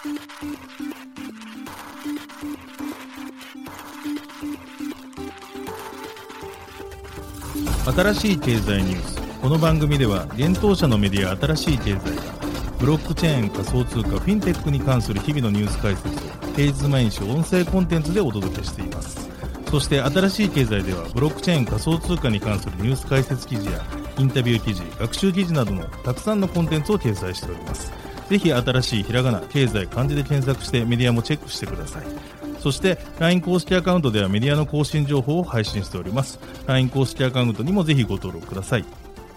新しい経済ニュース。この番組では現当社のメディア新しい経済がブロックチェーン、仮想通貨、フィンテックに関する日々のニュース解説を平日毎日音声コンテンツでお届けしています。そして新しい経済ではブロックチェーン、仮想通貨に関するニュース解説記事やインタビュー記事、学習記事などのたくさんのコンテンツを掲載しております。ぜひ新しいひらがな、経済、漢字で検索してメディアもチェックしてください。そして LINE 公式アカウントではメディアの更新情報を配信しております。 LINE 公式アカウントにもぜひご登録ください。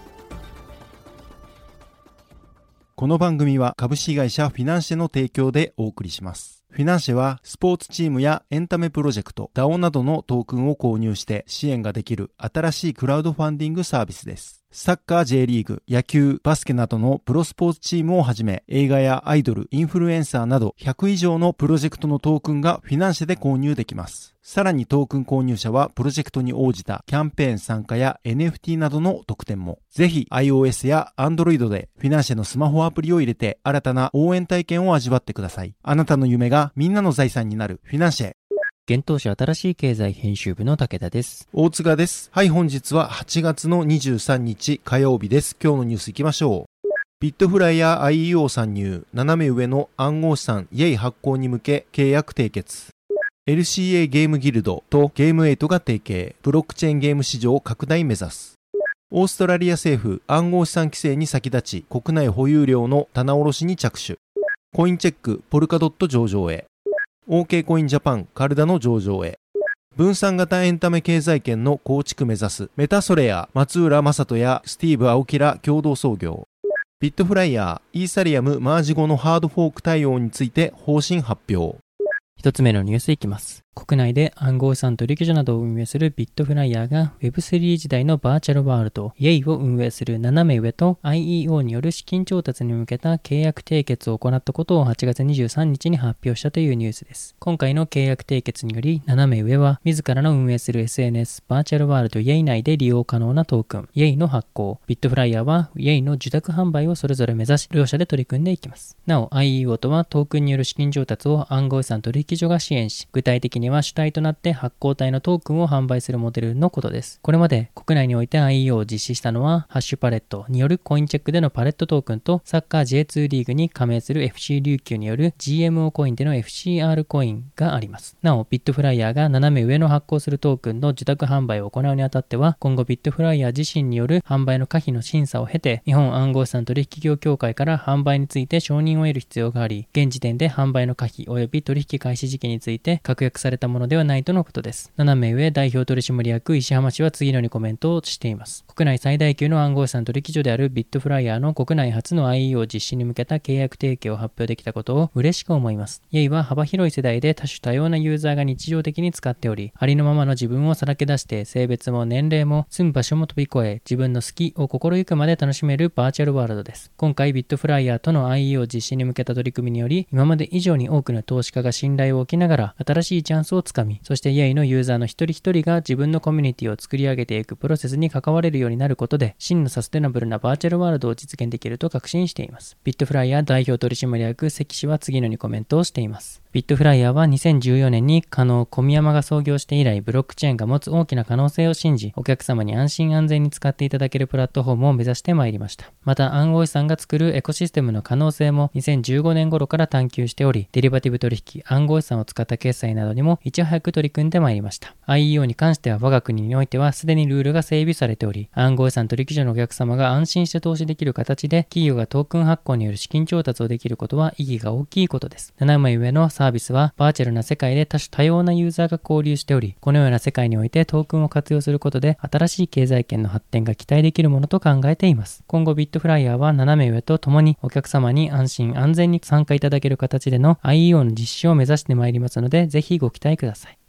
この番組は株式会社フィナンシェの提供でお送りします。フィナンシェはスポーツチームやエンタメプロジェクト、DAO などのトークンを購入して支援ができる新しいクラウドファンディングサービスです。サッカー J リーグ、野球、バスケなどのプロスポーツチームをはじめ、映画やアイドル、インフルエンサーなど100以上のプロジェクトのトークンがフィナンシェで購入できます。さらにトークン購入者はプロジェクトに応じたキャンペーン参加や NFT などの特典も。ぜひ iOS や Android でフィナンシェのスマホアプリを入れて新たな応援体験を味わってください。あなたの夢がみんなの財産になるフィナンシェ。 現当社新しい経済編集部の武田です。 大塚です。はい、本日は8月の23日火曜日です。今日のニュースいきましょう。ビットフライヤー IEO 参入、斜め上の暗号資産イェイ発行に向け契約締結。LCA ゲームギルドとゲーム8が提携、ブロックチェーンゲーム市場拡大目指す。オーストラリア政府、暗号資産規制に先立ち、国内保有量の棚卸しに着手。コインチェック、ポルカドット上場へ。OK コインジャパン、カルダの上場へ。分散型エンタメ経済圏の構築目指す。メタソレア、松浦正人やスティーブ・青木ら共同創業。ビットフライヤー、イーサリアムマージ後のハードフォーク対応について方針発表。 一つ目のニュースいきます。国内で暗号資産取引所などを運営するビットフライヤーが Web3 時代のバーチャルワールド Yay を運営する斜め上と IEO による資金調達に向けた契約締結を行ったことを8月23日に発表したというニュースです。今回の契約締結により斜め上は自らの運営する SNS バーチャルワールド Yay 内で利用可能なトークン Yay の発行、ビットフライヤーは Yay の受託販売をそれぞれ目指し両社で取り組んでいきます。なお IEO とはトークンによる資金調達を暗号資産取引所が支援し、具体的には主体となって発行体のトークンを販売するモデルのことです。これまで国内において IEO を実施したのはハッシュパレットによるコインチェックでのパレットトークンとサッカー J2 リーグに加盟する FC 琉球による GMO コインでの FCR コインがあります。なおビットフライヤーが斜め上の発行するトークンの受託販売を行うにあたっては今後ビットフライヤー自身による販売の可否の審査を経て日本暗号資産取引業協会から販売について承認を得る必要があり、現時点で販売の可否及び取引開始時期について確約されたものではないとのことです。斜め上代表取締役石浜氏は次のようにコメントをしています。国内最大級の暗号資産取引所であるビットフライヤーの国内初の IEO 実施に向けた契約提携を発表できたことを嬉しく思います。Yay は幅広い世代で多種多様なユーザーが日常的に使っており、ありのままの自分をさらけ出して性別も年齢も住む場所も飛び越え自分の好きを心ゆくまで楽しめるバーチャルワールドです。今回ビットフライヤーとの IEO 実施に向けた取り組みにより今まで以上に多くの投資家が信頼を置きながら新しいチャンスをつかみ、そして Yay のユーザーの一人一人が自分のコミュニティを作り上げていくプロセスに関われるようになることで真のサステナブルなバーチャルワールドを実現できると確信しています。ビットフライヤー代表取締役関氏は次のようにコメントをしています。ビットフライヤーは2014年に小宮山が創業して以来ブロックチェーンが持つ大きな可能性を信じお客様に安心安全に使っていただけるプラットフォームを目指してまいりました。また暗号資産が作るエコシステムの可能性も2015年頃から探求しており、デリバティブ取引、暗号資産を使った決済などにもいち早く取り組んでまいりました。IEO に関しては我が国においてはすでにルールが整備されており、暗号資産取引所のお客様が安心して投資できる形で企業がトークン発行による資金調達をできることは意義が大きいことです。斜め上のサービスはバーチャルな世界で多種多様なユーザーが交流しており、このような世界においてトークンを活用することで新しい経済圏の発展が期待できるものと考えています。今後ビットフライヤーは斜め上とともにお客様に安心安全に参加いただける形での IEO の実施を目指してまいりますので、ぜひご期待ください。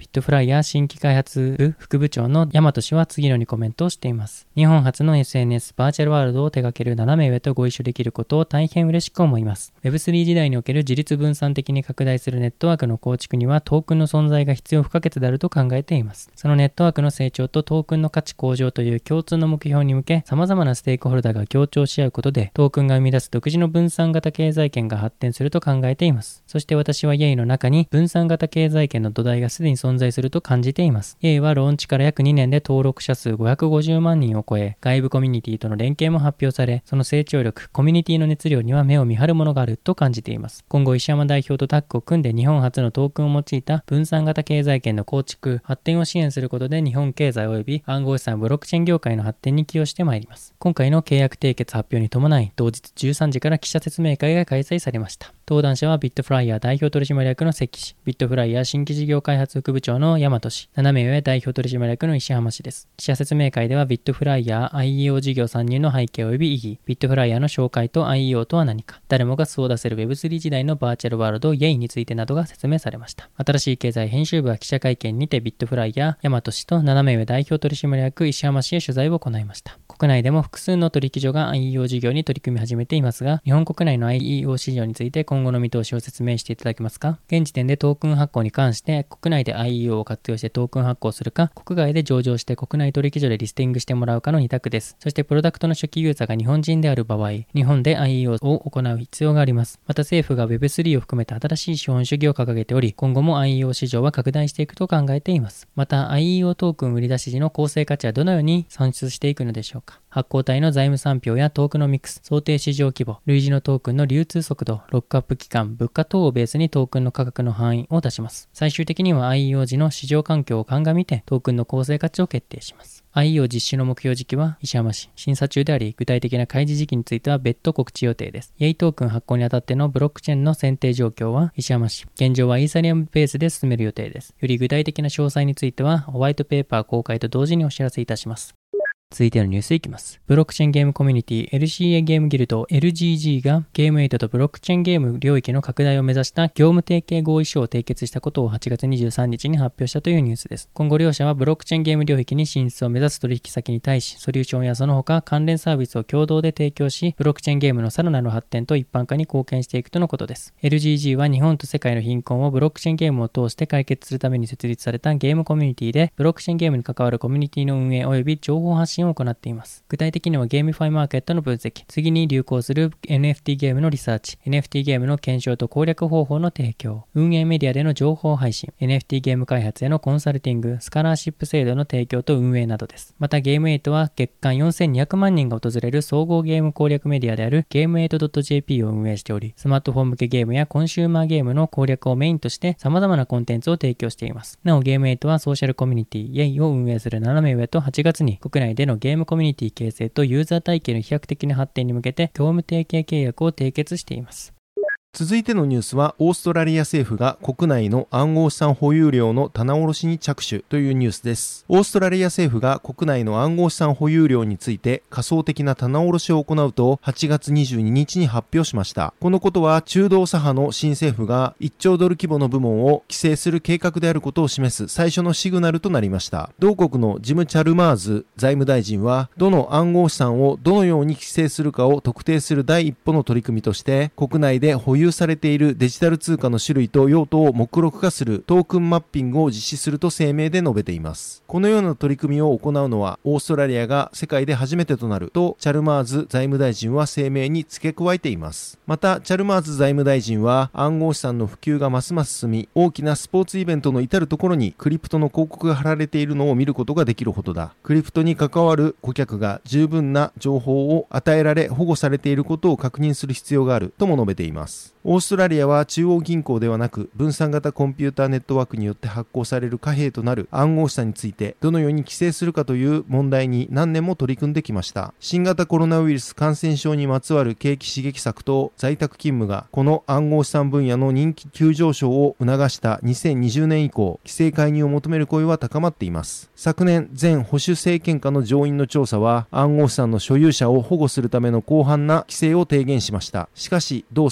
ビットフライヤー新規開発部副部長の大和氏は次のようにコメントをしています。日本初の SNS バーチャルワールドを手掛ける斜め上とご一緒できることを大変嬉しく思います。Web3 時代における自立分散的に拡大するネットワークの構築にはトークンの存在が必要不可欠であると考えています。そのネットワークの成長とトークンの価値向上という共通の目標に向け、様々なステークホルダーが協調し合うことで、トークンが生み出す独自の分散型経済圏が発展すると考えています。そして私はイェイの中に分散型経済圏の土台がすでに存在すると感じています。イェイはローンチから約2年で登録者数550万人を超え、外部コミュニティとの連携も発表され、その成長力、コミュニティの熱量には目を見張るものがあると感じています。今後石山代表とタッグを組んで日本初のトークンを用いた分散型経済圏の構築、発展を支援することで日本経済及び暗号資産ブロックチェーン業界の発展に寄与してまいります。今回の契約締結発表に伴い、同日13時から記者説明会が開催されました。登壇者はビットフライヤー代表取締役の関氏、ビットフライヤー新規事業開発副部長の大和氏、斜め上代表取締役の石浜氏です。記者説明会ではビットフライヤー IEO 事業参入の背景及び意義、ビットフライヤーの紹介と IEO とは何か、誰もが素を出せる Web3 時代のバーチャルワールドイェイについてなどが説明されました。新しい経済編集部は記者会見にてビットフライヤー大和氏と斜め上代表取締役石浜氏へ取材を行いました。国内でも複数の取引所が IEO 事業に取り組み始めていますが、日本国内の IEO 市場について今後の見通しを説明していただけますか？現時点でトークン発行に関して国内で IEO を活用してトークン発行するか、国外で上場して国内取引所でリスティングしてもらうかの2択です。そしてプロダクトの初期ユーザーが日本人である場合、日本で IEO を行う必要があります。また政府が Web3 を含めた新しい資本主義を掲げており、今後も IEO 市場は拡大していくと考えています。また IEO トークン売り出し時の構成価値はどのように算出していくのでしょうか。発行体の財務産票やトークノミクス、想定市場規模、類似のトークンの流通速度、ロックアップ期間、物価等をベースにトークンの価格の範囲を出します。最終的には IEO 時の市場環境を鑑みてトークンの構成価値を決定します。IEO 実施の目標時期は石浜氏、審査中であり、具体的な開示時期については別途告知予定です。イェイトークン発行にあたってのブロックチェーンの選定状況は石浜氏、現状はイーサリアムベースで進める予定です。より具体的な詳細についてはホワイトペーパー公開と同時にお知らせいたします。続いてのニュースいきます。ブロックチェーンゲームコミュニティ LCA ゲームギルド LGG がゲーム8とブロックチェーンゲーム領域の拡大を目指した業務提携合意書を締結したことを8月23日に発表したというニュースです。今後両社はブロックチェーンゲーム領域に進出を目指す取引先に対し、ソリューションやその他関連サービスを共同で提供し、ブロックチェーンゲームのさらなる発展と一般化に貢献していくとのことです。LGG は日本と世界の貧困をブロックチェーンゲームを通して解決するために設立されたゲームコミュニティで、ブロックチェーンゲームに関わるコミュニティの運営及び情報発信を行っています。具体的にはゲーミファイマーケットの分析、次に流行する NFT ゲームのリサーチ、NFT ゲームの検証と攻略方法の提供、運営メディアでの情報配信、NFT ゲーム開発へのコンサルティング、スカラーシップ制度の提供と運営などです。またゲーム8は月間4200万人が訪れる総合ゲーム攻略メディアであるゲーム 8.jp を運営しており、スマートフォン向けゲームやコンシューマーゲームの攻略をメインとして様々なコンテンツを提供しています。なおゲーム8はソーシャルコミュニティ Yay を運営する斜め上と8月に国内でのゲームコミュニティ形成とユーザー体系の飛躍的な発展に向けて業務提携契約を締結しています。 続いてのニュースは、オーストラリア政府が国内の暗号資産保有量の棚卸しに着手というニュースです。オーストラリア政府が国内の暗号資産保有量について仮想的な棚卸しを行うと8月22日に発表しました。このことは中道左派の新政府が1兆ドル規模の部門を規制する計画であることを示す最初のシグナルとなりました。同国のジム・チャルマーズ財務大臣は、どの暗号資産をどのように規制するかを特定する第一歩の取り組みとして、国内で保有されているデジタル通貨の種類と用途を目録化するトークンマッピングを実施すると声明で述べています。このような取り組みを行うのはオーストラリアが世界で初めてとなるとチャルマーズ財務大臣は声明に付け加えています。またチャルマーズ財務大臣は、暗号資産の普及がますます進み、大きなスポーツイベントの至るところにクリプトの広告が貼られているのを見ることができるほどだ。クリプトに関わる顧客が十分な情報を与えられ保護されていることを確認する必要があるとも述べています。オーストラリアは中央銀行ではなく分散型コンピューターネットワークによって発行される貨幣となる暗号資産についてどのように規制するかという問題に何年も取り組んできました。新型コロナウイルス感染症にまつわる景気刺激策と在宅勤務がこの暗号資産分野の人気急上昇を促した2020年以降、規制介入を求める声は高まっています。昨年前保守政権下の上院の調査は暗号資産の所有者を保護するための広範な規制を提言しました。しかし同政権は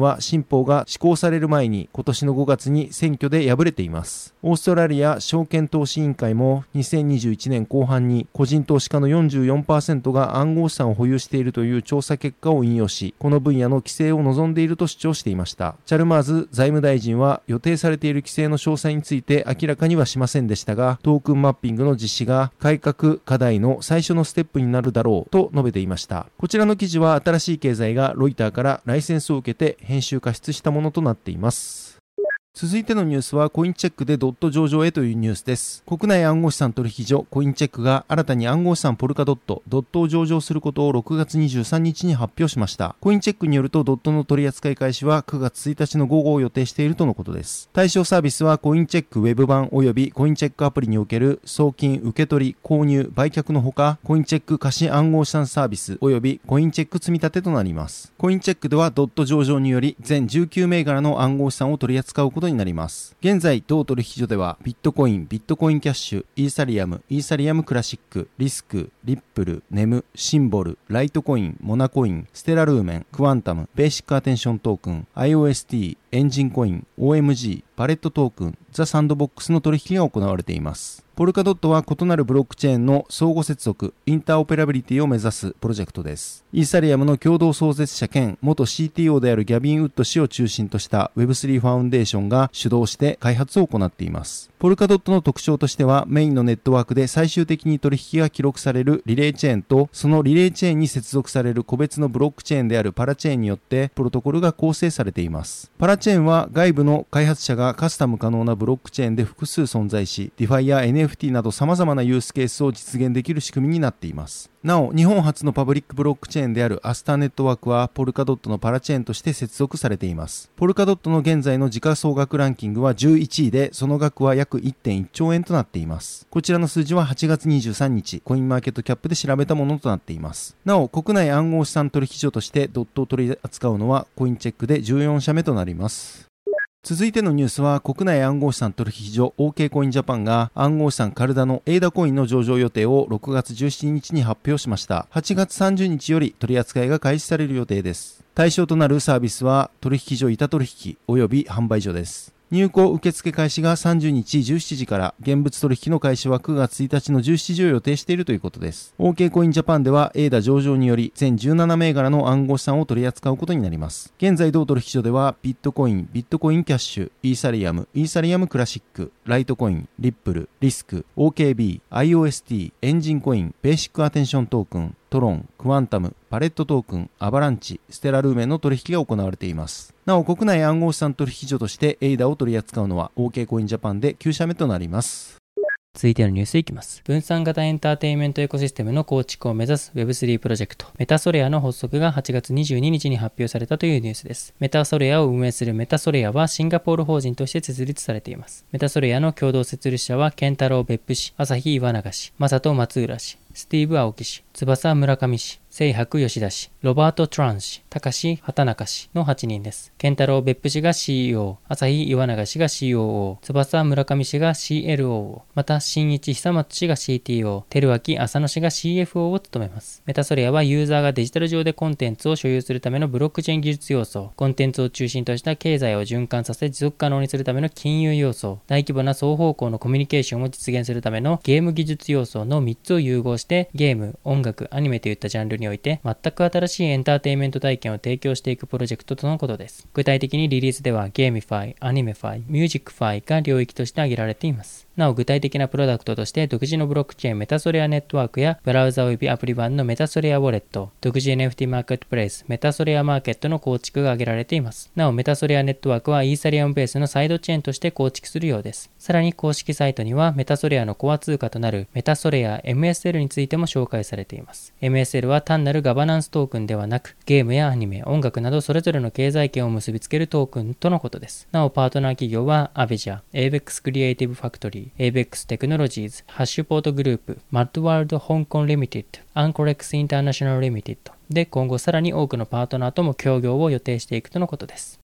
は新法が施行される前に今年の5月に選挙で敗れています。オーストラリア証券投資委員会も2021年後半に個人投資家の 44% が暗号資産を保有しているという調査結果を引用し、この分野の規制を望んでいると主張していました。チャルマーズ財務大臣は予定されている規制の詳細について明らかにはしませんでしたが、トークンマッピングの実施が改革課題の最初のステップになるだろうと述べていました。こちらの記事は新しい経済がロイターからライセンスを受けて編集加筆したものとなっています。続いてのニュースはコインチェックでドット上場へというニュースです。国内暗号資産取引所コインチェックが新たに暗号資産ポルカドットを上場することを6月23日に発表しました。コインチェックによるとドットの取り扱い開始は9月1日の午後を予定しているとのことです。対象サービスはコインチェックウェブ版及びコインチェックアプリにおける送金受け取り購入売却のほか、コインチェック貸し暗号資産サービス及びコインチェック積み立てとなります。コインチェックではドット上場により全19銘柄の暗号資産を取り扱うことになります。現在同取引所ではビットコインキャッシュ、イーサリアムクラシック、リスク、リップル、ネム、シンボル、ライトコイン、モナコイン、ステラルーメン、クワンタム、ベーシックアテンショントークン、IOST、エンジンコイン、OMG、パレットトークン、ザ・サンドボックスの取引が行われています。ポルカドットは異なるブロックチェーンの相互接続、インターオペラビリティを目指すプロジェクトです。イーサリアムの共同創設者兼元 CTO であるギャビン・ウッド氏を中心とした Web3 ファウンデーションが主導して開発を行っています。ポルカドットの特徴としてはメインのネットワークで最終的に取引が記録されるリレーチェーンと、そのリレーチェーンに接続される個別のブロックチェーンであるパラチェーンによってプロトコルが構成されています。パラチェーンは外部の開発者がカスタム可能なブロックチェーンで複数存在し、DeFi や NFT など様々なユースケースを実現できる仕組みになっています。なお、日本初のパブリックブロックチェーンであるアスターネットワークはポルカドットのパラチェーンとして接続されています。ポルカドットの現在の時価総額ランキングは11位で、その額は約 1.1 兆円となっています。こちらの数字は8月23日、コインマーケットキャップで調べたものとなっています。なお、国内暗号資産取引所としてドットを取り扱うのはコインチェックで14社目となります。続いてのニュースは国内暗号資産取引所 OK コインジャパンが暗号資産カルダのエイダコインの上場予定を6月17日に発表しました。8月30日より取り扱いが開始される予定です。対象となるサービスは取引所板取引及び販売所です。入庫受付開始が30日17時から、現物取引の開始は9月1日の17時を予定しているということです。OK コインジャパンでは ADA 上場により全17銘柄の暗号資産を取り扱うことになります。現在同取引所ではビットコインキャッシュ、イーサリアムクラシック、ライトコイン、リップル、リスク、OKB、IOST、エンジンコイン、ベーシックアテンショントークン、トロン、クワンタム、パレットトークン、アバランチ、ステラルーメンの取引が行われています。なお、国内暗号資産取引所としてエイダを取り扱うのは OK コインジャパンで9社目となります。 続いてのニュースいきます。分散型エンターテインメントエコシステムの構築を目指す Web3 プロジェクト、メタソレアの発足が8月22日に発表されたというニュースです。メタソレアを運営するメタソレアはシンガポール法人として設立されています。メタソレアの共同設立者は、ケンタロウ別府氏、朝日岩永氏、マサト松浦氏、スティーブ青木氏、翼村上氏、清白吉田氏、ロバート・トラン氏、高志畑中氏の8人です。ケンタロウ別府氏が CEO、朝日岩永氏が COO、翼村上氏が CLO、また新一久松氏が CTO、照脇浅野氏が CFO を務めます。メタソレアはユーザーがデジタル上でコンテンツを所有するためのブロックチェーン技術要素、コンテンツを中心とした経済を循環させ持続可能にするための金融要素、大規模な双方向のコミュニケーションを実現するためのゲーム技術要素の3つを融合してゲーム、音楽、アニメといったジャンルにおいて全く新しいエンターテインメント体験を提供していくプロジェクトとのことです。具体的にリリースではゲーミファイ、アニメファイ、ミュージックファイが領域として挙げられています。なお、具体的なプロダクトとして独自のブロックチェーンメタソレアネットワークやブラウザおよびアプリ版のメタソレアウォレット、独自 NFT マーケットプレイスメタソレアマーケットの構築が挙げられています。なお、メタソレアネットワークはイーサリアムベースのサイドチェーンとして構築するようです。さらに公式サイトにはメタソレアのコア通貨となるメタソレア MSL についても紹介されています。MSL は単なるガバナンストークンではなく、ゲームやアニメ、音楽などそれぞれの経済圏を結びつけるトークンとのことです。なお、パートナー企業はアベジャ、ABEX クリエイティブファクトリー、ABEX テクノロジーズ、ハッシュポートグループ、マッドワールド香港リミテッド、アンコレックスインターナショナルリミテッドで、今後さらに多くのパートナーとも協業を予定していくとのことです。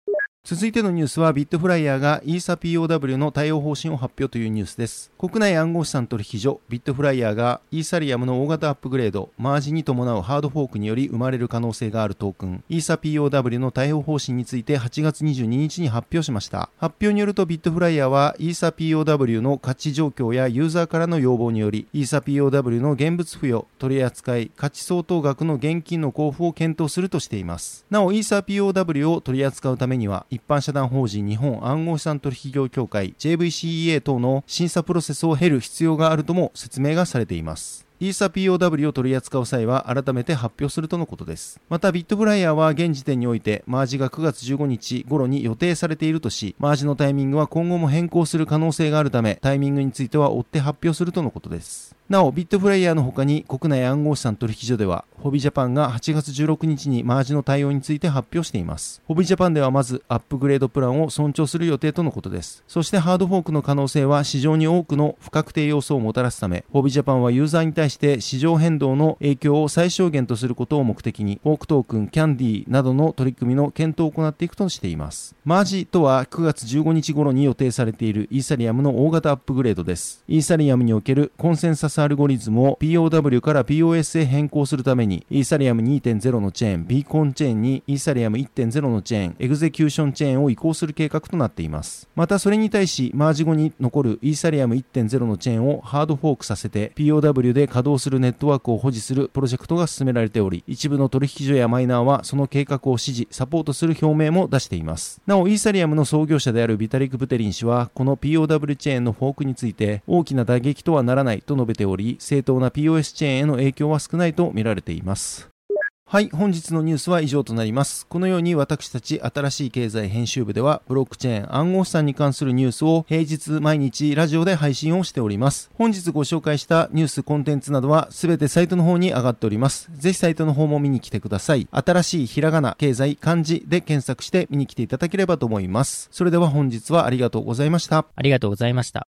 続いてのニュースはビットフライヤーがイーサ POW の対応方針を発表というニュースです。国内暗号資産取引所ビットフライヤーがイーサリアムの大型アップグレード、マージに伴うハードフォークにより生まれる可能性があるトークン、イーサ POW の対応方針について8月22日に発表しました。発表によるとビットフライヤーはイーサ POW の価値状況やユーザーからの要望により、イーサ POW の現物付与、取扱い、価値相当額の現金の交付を検討するとしています。なお、イーサ POW を取り扱うためには、一般社団法人日本暗号資産取引業協会 JVCEA 等の審査プロセスを経る必要があるとも説明がされています。イーサ POW を取り扱う際は改めて発表するとのことです。またビットフライヤーは現時点においてマージが9月15日頃に予定されているとし、マージのタイミングは今後も変更する可能性があるため、タイミングについては追って発表するとのことです。なお、ビットフライヤーの他に国内暗号資産取引所では、ホビジャパンが8月16日にマージの対応について発表しています。ホビジャパンではまずアップグレードプランを尊重する予定とのことです。そしてハードフォークの可能性は市場に多くの不確定要素をもたらすため、ホビジャパンはユーザーに対して市場変動の影響を最小限とすることを目的に、フォークトークン、キャンディーなどの取り組みの検討を行っていくとしています。マージとは9月15日頃に予定されているイーサリアムの大型アップグレードです。イーサリアムにおけるコンセンサスアルゴリズムをPOW から POS へ変更するために、イーサリアム 2.0 のチェーン、ビーコンチェーンにイーサリアム 1.0 のチェーン、エグゼキューションチェーンを移行する計画となっています。またそれに対し、マージ後に残るイーサリアム 1.0 のチェーンをハードフォークさせて POW で稼働するネットワークを保持するプロジェクトが進められており、一部の取引所やマイナーはその計画を支持、サポートする表明も出しています。なお、イーサリアムの創業者であるビタリク・ブテリン氏は、この POW チェーンのフォークについて大きな打撃とはならないと述べており、正当な POS チェーンへの影響は少ないと見られています。はい、本日のニュースは以上となります。このように私たち新しい経済編集部では、ブロックチェーン、暗号資産に関するニュースを平日毎日ラジオで配信をしております。本日ご紹介したニュースコンテンツなどはすべてサイトの方に上がっております。ぜひサイトの方も見に来てください。新しいひらがな、経済、漢字で検索して見に来ていただければと思います。それでは本日はありがとうございました。 ありがとうございました。